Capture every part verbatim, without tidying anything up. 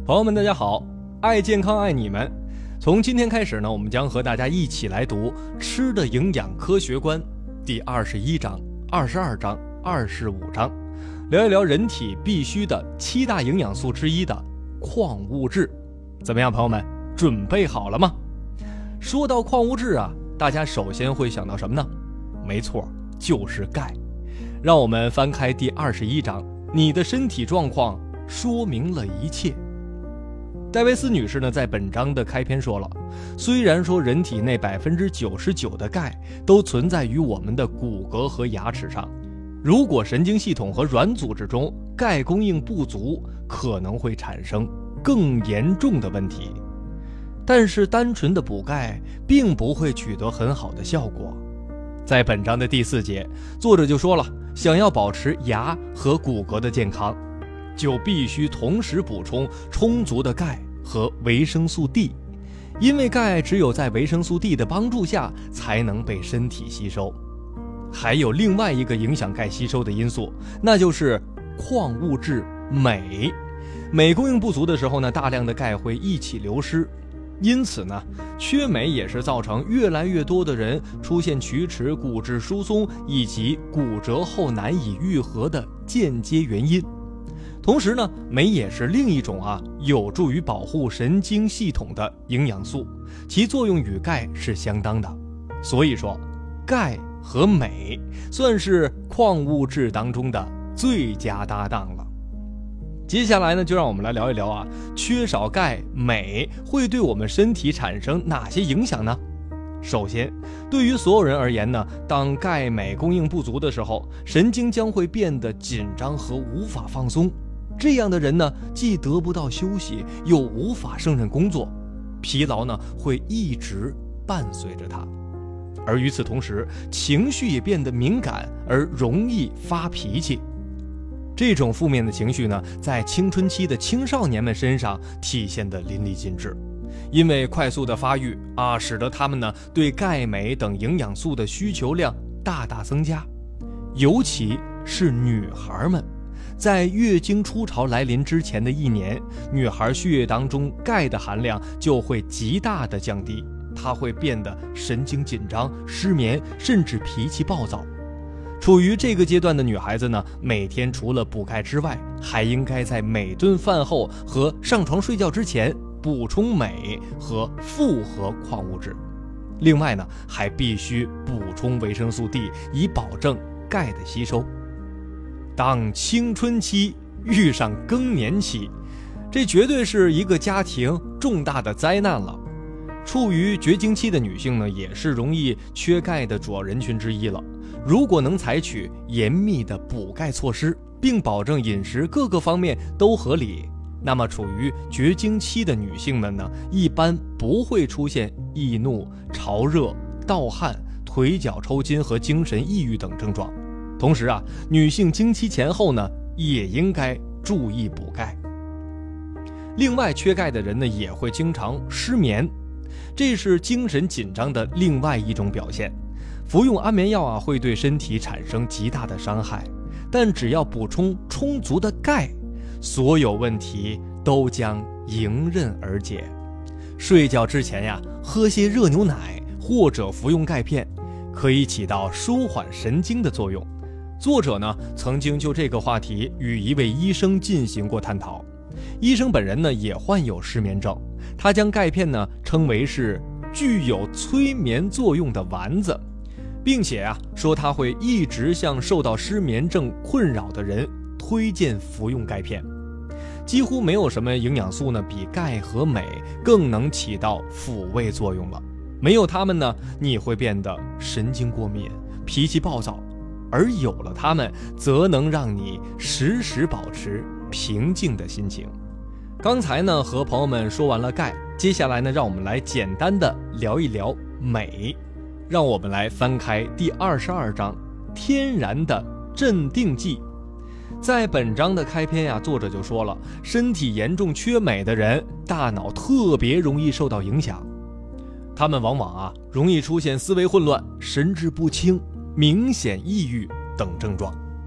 朋友们大家好，爱健康爱你们。从今天开始呢，我们将和大家一起来读吃的营养科学观第二十一章、二十二章、二十五章，聊一聊人体必须的七大营养素之一的矿物质。怎么样，朋友们，准备好了吗？说到矿物质啊，大家首先会想到什么呢？没错，就是钙。让我们翻开第二十一章，你的身体状况说明了一切。戴维斯女士呢，在本章的开篇说了，虽然说人体内 百分之九十九 的钙都存在于我们的骨骼和牙齿上，如果神经系统和软组织中钙供应不足，可能会产生更严重的问题。但是单纯的补钙并不会取得很好的效果。在本章的第四节，作者就说了，想要保持牙和骨骼的健康，就必须同时补充充足的钙和维生素 D， 因为钙只有在维生素 D 的帮助下才能被身体吸收。还有另外一个影响钙吸收的因素，那就是矿物质镁。镁供应不足的时候呢，大量的钙会一起流失，因此呢，缺镁也是造成越来越多的人出现龋齿、骨质疏松以及骨折后难以愈合的间接原因。同时呢，镁也是另一种啊有助于保护神经系统的营养素，其作用与钙是相当的。所以说，钙和镁算是矿物质当中的最佳搭档了。接下来呢，就让我们来聊一聊啊，缺少钙、镁会对我们身体产生哪些影响呢？首先，对于所有人而言呢，当钙、镁供应不足的时候，神经将会变得紧张和无法放松。这样的人呢，既得不到休息，又无法胜任工作，疲劳呢会一直伴随着他。而与此同时，情绪也变得敏感而容易发脾气。这种负面的情绪呢，在青春期的青少年们身上体现得淋漓尽致，因为快速的发育啊，使得他们呢对钙、镁等营养素的需求量大大增加，尤其是女孩们。在月经初潮来临之前的一年，女孩血液当中钙的含量就会极大的降低，她会变得神经紧张、失眠，甚至脾气暴躁。处于这个阶段的女孩子呢，每天除了补钙之外，还应该在每顿饭后和上床睡觉之前补充镁和复合矿物质。另外呢，还必须补充维生素 D， 以保证钙的吸收。当青春期遇上更年期，这绝对是一个家庭重大的灾难了。处于绝经期的女性呢，也是容易缺钙的主要人群之一了。如果能采取严密的补钙措施，并保证饮食各个方面都合理，那么处于绝经期的女性们呢，一般不会出现易怒、潮热、盗汗、腿脚抽筋和精神抑郁等症状。同时啊，女性经期前后呢，也应该注意补钙。另外，缺钙的人呢，也会经常失眠，这是精神紧张的另外一种表现。服用安眠药啊，会对身体产生极大的伤害，但只要补充充足的钙，所有问题都将迎刃而解。睡觉之前呀，喝些热牛奶或者服用钙片，可以起到舒缓神经的作用。作者呢，曾经就这个话题与一位医生进行过探讨。医生本人呢，也患有失眠症，他将钙片呢称为是具有催眠作用的丸子，并且啊说他会一直向受到失眠症困扰的人推荐服用钙片。几乎没有什么营养素呢比钙和镁更能起到抚慰作用了。没有它们呢，你会变得神经过敏、脾气暴躁，而有了它们，则能让你时时保持平静的心情。刚才呢和朋友们说完了钙，接下来呢让我们来简单的聊一聊镁。让我们来翻开第二十二章，天然的镇定剂。在本章的开篇呀，作者就说了，身体严重缺镁的人，大脑特别容易受到影响，他们往往啊容易出现思维混乱、神志不清、明显抑郁等症状。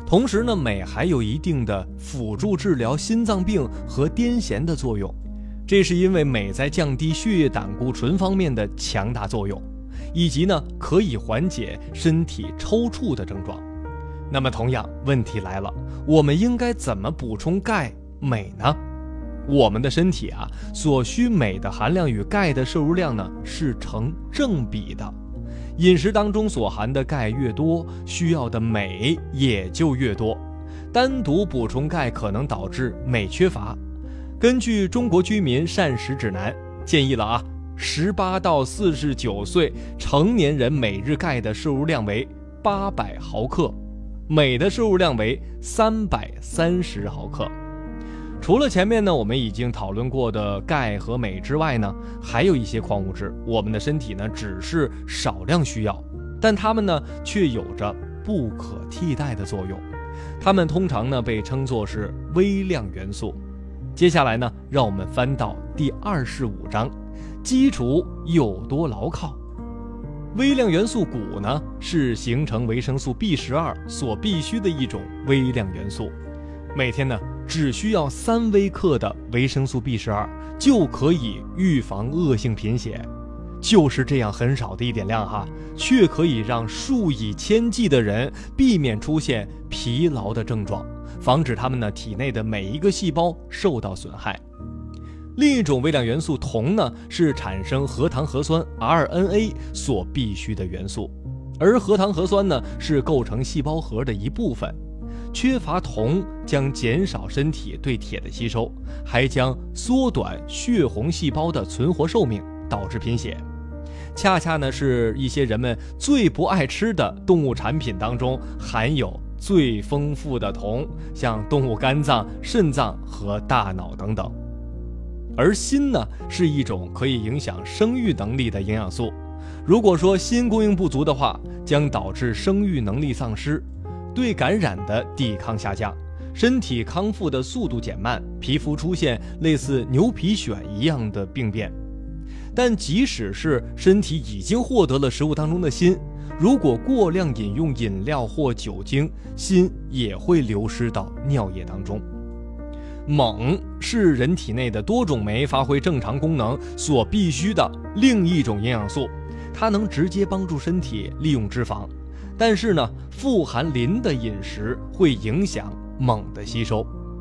同时呢，镁还有一定的辅助治疗心脏病和癫痫的作用，这是因为镁在降低血液胆固醇方面的强大作用，以及呢可以缓解身体抽搐的症状。那么同样，问题来了，我们应该怎么补充钙、镁呢？我们的身体啊，所需镁的含量与钙的摄入量呢是成正比的。饮食当中所含的钙越多，需要的镁也就越多。单独补充钙可能导致镁缺乏。根据《中国居民膳食指南》建议了啊，十八到四十九岁成年人每日钙的摄入量为八百毫克，镁的摄入量为三百三十毫克。除了前面呢我们已经讨论过的钙和镁之外呢，还有一些矿物质，我们的身体呢只是少量需要，但它们呢却有着不可替代的作用。它们通常呢被称作是微量元素。接下来呢，让我们翻到第二十五章，基础有多牢靠？微量元素钴呢，是形成维生素 B 十二 所必需的一种微量元素。每天呢，只需要三微克的维生素 B 十二 就可以预防恶性贫血。就是这样很少的一点量哈，却可以让数以千计的人避免出现疲劳的症状，防止他们呢体内的每一个细胞受到损害。另一种微量元素铜呢，是产生核糖核酸 R N A 所必需的元素，而核糖核酸呢是构成细胞核的一部分。缺乏铜将减少身体对铁的吸收，还将缩短血红细胞的存活寿命，导致贫血。恰恰呢是一些人们最不爱吃的动物产品当中含有最丰富的铜，像动物肝脏、肾脏和大脑等等。而锌呢是一种可以影响生育能力的营养素，如果说锌供应不足的话，将导致生育能力丧失，对感染的抵抗下降，身体康复的速度减慢，皮肤出现类似牛皮癣一样的病变。但即使是身体已经获得了食物当中的锌，如果过量饮用饮料或酒精，锌也会流失到尿液当中。锰是人体内的多种酶发挥正常功能所必须的另一种营养素，它能直接帮助身体利用脂肪，但是呢，富含磷的饮食会影响锰的吸收。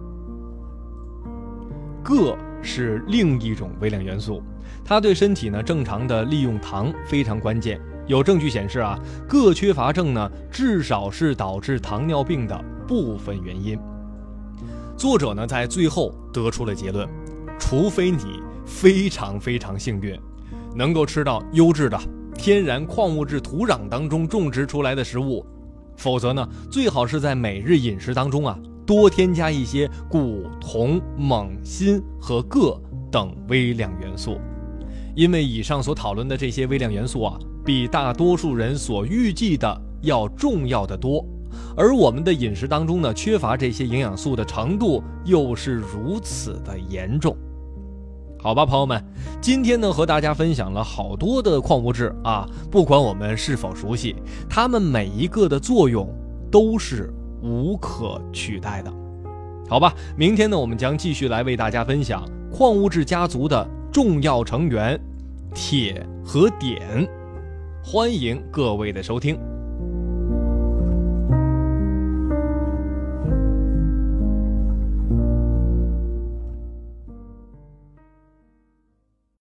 铬是另一种微量元素，它对身体呢正常的利用糖非常关键。有证据显示啊，铬缺乏症呢至少是导致糖尿病的部分原因。作者呢在最后得出了结论，除非你非常非常幸运，能够吃到优质的天然矿物质土壤当中种植出来的食物，否则呢最好是在每日饮食当中啊多添加一些钴、铜、锰、锌和铬等微量元素。因为以上所讨论的这些微量元素啊，比大多数人所预计的要重要的多，而我们的饮食当中呢，缺乏这些营养素的程度又是如此的严重。好吧，朋友们，今天呢和大家分享了好多的矿物质啊，不管我们是否熟悉，它们每一个的作用都是无可取代的。好吧，明天呢我们将继续来为大家分享矿物质家族的重要成员铁和碘。欢迎各位的收听。